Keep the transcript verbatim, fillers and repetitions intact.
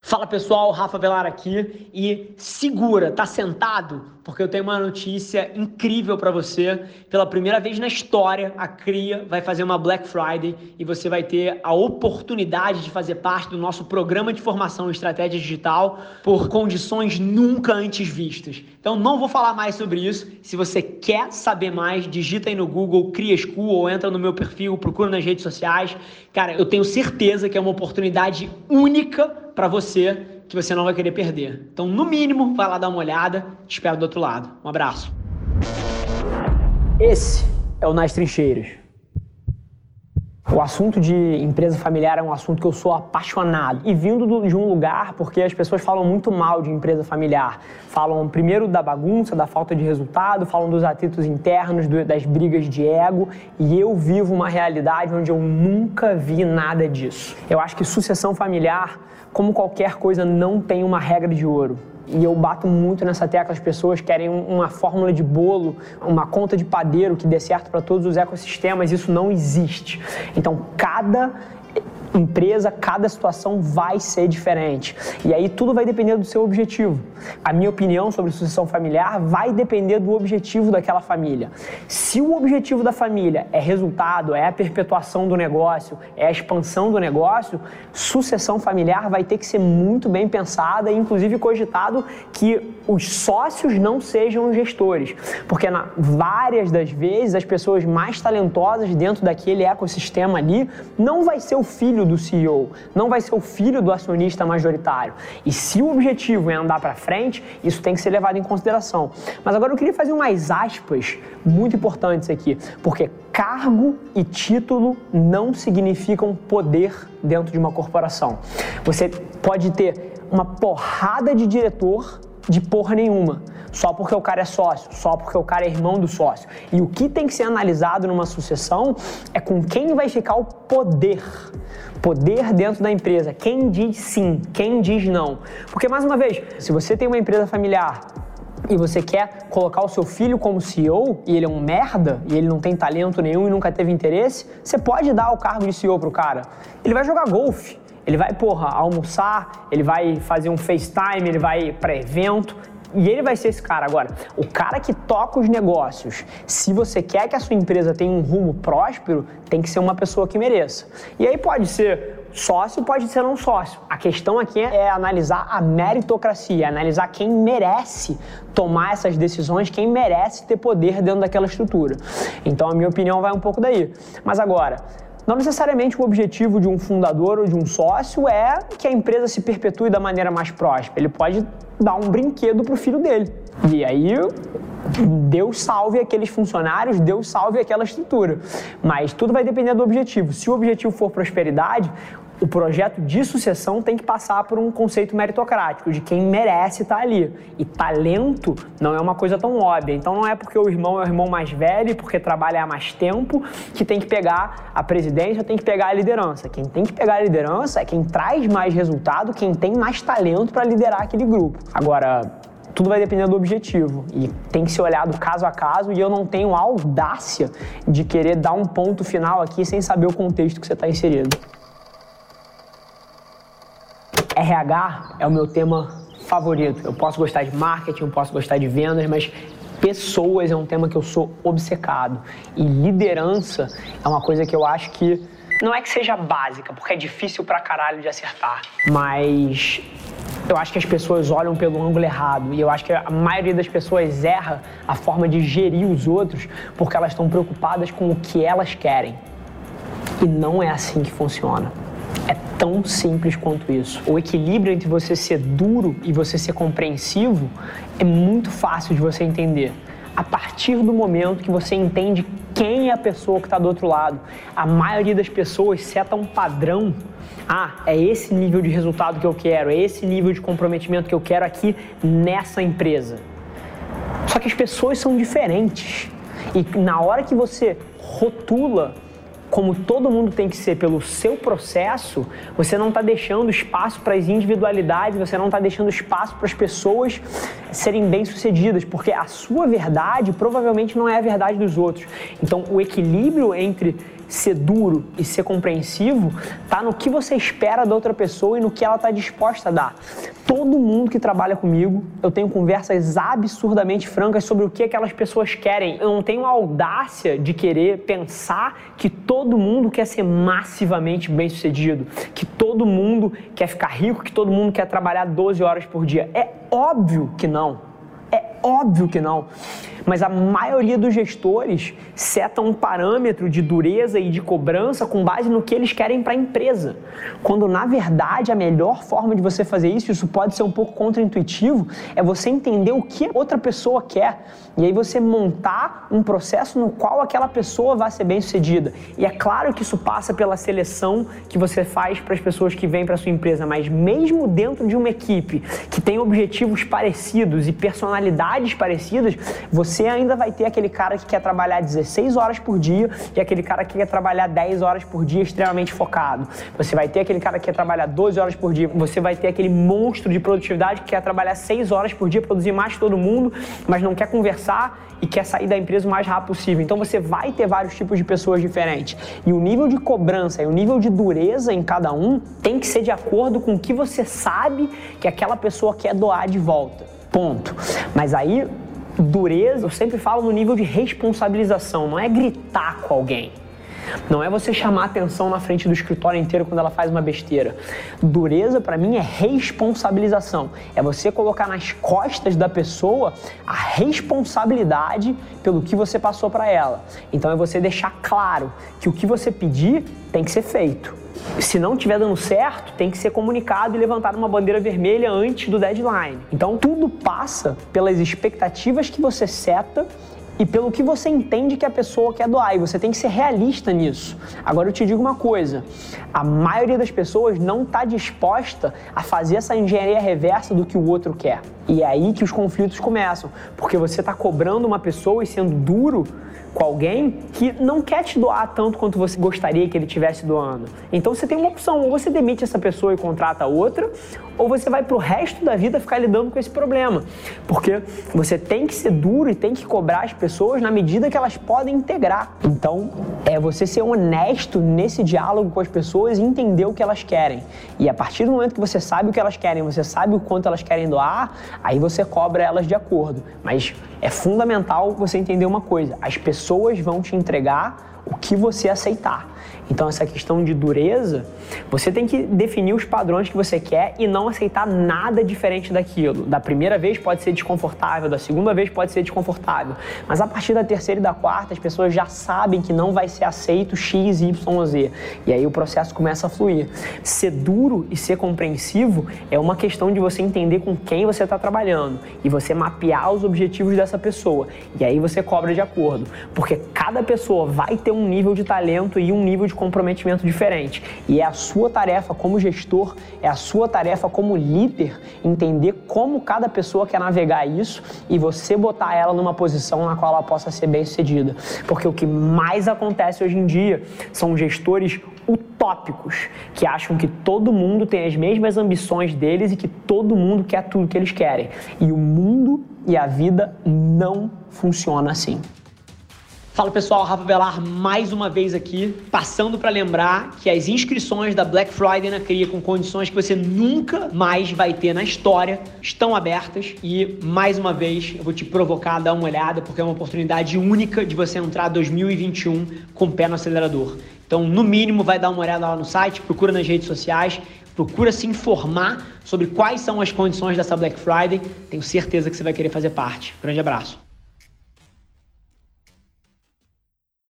Fala pessoal, Rafa Velar aqui e segura, tá sentado? Porque eu tenho uma notícia incrível para você. Pela primeira vez na história, a Cria vai fazer uma Black Friday e você vai ter a oportunidade de fazer parte do nosso programa de formação em estratégia digital por condições nunca antes vistas. Então não vou falar mais sobre isso. Se você quer saber mais, digita aí no Google Cria School ou entra no meu perfil, procura nas redes sociais. Cara, eu tenho certeza que é uma oportunidade única para você, que você não vai querer perder. Então, no mínimo, vai lá dar uma olhada. Te espero do outro lado. Um abraço. Esse é o Nas Trincheiras. O assunto de empresa familiar é um assunto que eu sou apaixonado. E vindo do, de um lugar, porque as pessoas falam muito mal de empresa familiar. Falam primeiro da bagunça, da falta de resultado, falam dos atritos internos, do, das brigas de ego. E eu vivo uma realidade onde eu nunca vi nada disso. Eu acho que sucessão familiar, como qualquer coisa, não tem uma regra de ouro. E eu bato muito nessa tecla, as pessoas querem uma fórmula de bolo, uma conta de padeiro que dê certo para todos os ecossistemas, isso não existe. Então, cada empresa, cada situação vai ser diferente. E aí tudo vai depender do seu objetivo. A minha opinião sobre sucessão familiar vai depender do objetivo daquela família. Se o objetivo da família é resultado, é a perpetuação do negócio, é a expansão do negócio, sucessão familiar vai ter que ser muito bem pensada e inclusive cogitado que os sócios não sejam os gestores. Porque na, várias das vezes as pessoas mais talentosas dentro daquele ecossistema ali não vai ser o filho do C E O, não vai ser o filho do acionista majoritário. E se o objetivo é andar para frente, isso tem que ser levado em consideração. Mas agora eu queria fazer umas aspas muito importantes aqui, porque cargo e título não significam poder dentro de uma corporação. Você pode ter uma porrada de diretor de porra nenhuma, só porque o cara é sócio, só porque o cara é irmão do sócio. E o que tem que ser analisado numa sucessão é com quem vai ficar o poder. Poder dentro da empresa. Quem diz sim, quem diz não. Porque, mais uma vez, se você tem uma empresa familiar e você quer colocar o seu filho como C E O e ele é um merda e ele não tem talento nenhum e nunca teve interesse, você pode dar o cargo de C E O pro cara. Ele vai jogar golfe. Ele vai, porra, almoçar, ele vai fazer um FaceTime, ele vai para evento e ele vai ser esse cara. Agora, o cara que toca os negócios, se você quer que a sua empresa tenha um rumo próspero, tem que ser uma pessoa que mereça. E aí pode ser sócio, pode ser não sócio. A questão aqui é analisar a meritocracia, analisar quem merece tomar essas decisões, quem merece ter poder dentro daquela estrutura. Então, a minha opinião vai um pouco daí. Mas agora, não necessariamente o objetivo de um fundador ou de um sócio é que a empresa se perpetue da maneira mais próspera. Ele pode dar um brinquedo para o filho dele. E aí, Deus salve aqueles funcionários, Deus salve aquela estrutura. Mas tudo vai depender do objetivo. Se o objetivo for prosperidade, o projeto de sucessão tem que passar por um conceito meritocrático, de quem merece estar ali. E talento não é uma coisa tão óbvia. Então não é porque o irmão é o irmão mais velho, porque trabalha há mais tempo, que tem que pegar a presidência, tem que pegar a liderança. Quem tem que pegar a liderança é quem traz mais resultado, quem tem mais talento para liderar aquele grupo. Agora, tudo vai depender do objetivo e tem que ser olhado caso a caso, e eu não tenho a audácia de querer dar um ponto final aqui sem saber o contexto que você está inserido. R H é o meu tema favorito. Eu posso gostar de marketing, eu posso gostar de vendas, mas pessoas é um tema que eu sou obcecado. E liderança é uma coisa que eu acho que não é que seja básica, porque é difícil pra caralho de acertar, mas eu acho que as pessoas olham pelo ângulo errado e eu acho que a maioria das pessoas erra a forma de gerir os outros porque elas estão preocupadas com o que elas querem. E não é assim que funciona. É tão simples quanto isso. O equilíbrio entre você ser duro e você ser compreensivo é muito fácil de você entender. A partir do momento que você entende quem é a pessoa que está do outro lado. A maioria das pessoas seta um padrão. Ah, é esse nível de resultado que eu quero, é esse nível de comprometimento que eu quero aqui nessa empresa. Só que as pessoas são diferentes. E na hora que você rotula como todo mundo tem que ser pelo seu processo, você não está deixando espaço para as individualidades, você não está deixando espaço para as pessoas serem bem-sucedidas, porque a sua verdade provavelmente não é a verdade dos outros. Então, o equilíbrio entre ser duro e ser compreensivo tá no que você espera da outra pessoa e no que ela está disposta a dar. Todo mundo que trabalha comigo, eu tenho conversas absurdamente francas sobre o que aquelas pessoas querem. Eu não tenho a audácia de querer pensar que todo mundo quer ser massivamente bem-sucedido, que todo mundo quer ficar rico, que todo mundo quer trabalhar doze horas por dia. É óbvio que não. É óbvio que não. Mas a maioria dos gestores setam um parâmetro de dureza e de cobrança com base no que eles querem para a empresa. Quando, na verdade, a melhor forma de você fazer isso, isso pode ser um pouco contraintuitivo, é você entender o que outra pessoa quer. E aí você montar um processo no qual aquela pessoa vai ser bem-sucedida. E é claro que isso passa pela seleção que você faz para as pessoas que vêm para a sua empresa, mas mesmo dentro de uma equipe que tem objetivos parecidos e personalidades parecidas, você ainda vai ter aquele cara que quer trabalhar dezesseis horas por dia e aquele cara que quer trabalhar dez horas por dia extremamente focado. Você vai ter aquele cara que quer trabalhar doze horas por dia. Você vai ter aquele monstro de produtividade que quer trabalhar seis horas por dia, produzir mais que todo mundo, mas não quer conversar e quer sair da empresa o mais rápido possível. Então você vai ter vários tipos de pessoas diferentes. E o nível de cobrança e o nível de dureza em cada um tem que ser de acordo com o que você sabe que aquela pessoa quer doar de volta. Ponto. Mas aí, dureza, eu sempre falo no nível de responsabilização, não é gritar com alguém. Não é você chamar a atenção na frente do escritório inteiro quando ela faz uma besteira. Dureza, para mim, é responsabilização. É você colocar nas costas da pessoa a responsabilidade pelo que você passou para ela. Então é você deixar claro que o que você pedir tem que ser feito. Se não estiver dando certo, tem que ser comunicado e levantar uma bandeira vermelha antes do deadline. Então tudo passa pelas expectativas que você seta e pelo que você entende que a pessoa quer doar, e você tem que ser realista nisso. Agora eu te digo uma coisa, a maioria das pessoas não está disposta a fazer essa engenharia reversa do que o outro quer. E é aí que os conflitos começam, porque você está cobrando uma pessoa e sendo duro com alguém que não quer te doar tanto quanto você gostaria que ele estivesse doando. Então você tem uma opção, ou você demite essa pessoa e contrata outra, ou você vai pro resto da vida ficar lidando com esse problema. Porque você tem que ser duro e tem que cobrar as pessoas na medida que elas podem integrar. Então, é você ser honesto nesse diálogo com as pessoas e entender o que elas querem. E a partir do momento que você sabe o que elas querem, você sabe o quanto elas querem doar, aí você cobra elas de acordo. Mas é fundamental você entender uma coisa, as pessoas vão te entregar o que você aceitar. Então essa questão de dureza, você tem que definir os padrões que você quer e não aceitar nada diferente daquilo. Da primeira vez pode ser desconfortável, da segunda vez pode ser desconfortável, mas a partir da terceira e da quarta as pessoas já sabem que não vai ser aceito X, Y, Z. E aí o processo começa a fluir. Ser duro e ser compreensivo é uma questão de você entender com quem você está trabalhando e você mapear os objetivos dessa pessoa. E aí você cobra de acordo, porque cada pessoa vai ter um nível de talento e um nível de comprometimento diferente. E é a sua tarefa como gestor, é a sua tarefa como líder entender como cada pessoa quer navegar isso e você botar ela numa posição na qual ela possa ser bem-sucedida. Porque o que mais acontece hoje em dia são gestores utópicos que acham que todo mundo tem as mesmas ambições deles e que todo mundo quer tudo que eles querem. E o mundo e a vida não funciona assim. Fala pessoal, Rafa Velar mais uma vez aqui, passando para lembrar que as inscrições da Black Friday na Cria com condições que você nunca mais vai ter na história estão abertas e mais uma vez eu vou te provocar a dar uma olhada porque é uma oportunidade única de você entrar dois mil e vinte e um com o pé no acelerador. Então no mínimo vai dar uma olhada lá no site, procura nas redes sociais, procura se informar sobre quais são as condições dessa Black Friday, tenho certeza que você vai querer fazer parte. Grande abraço.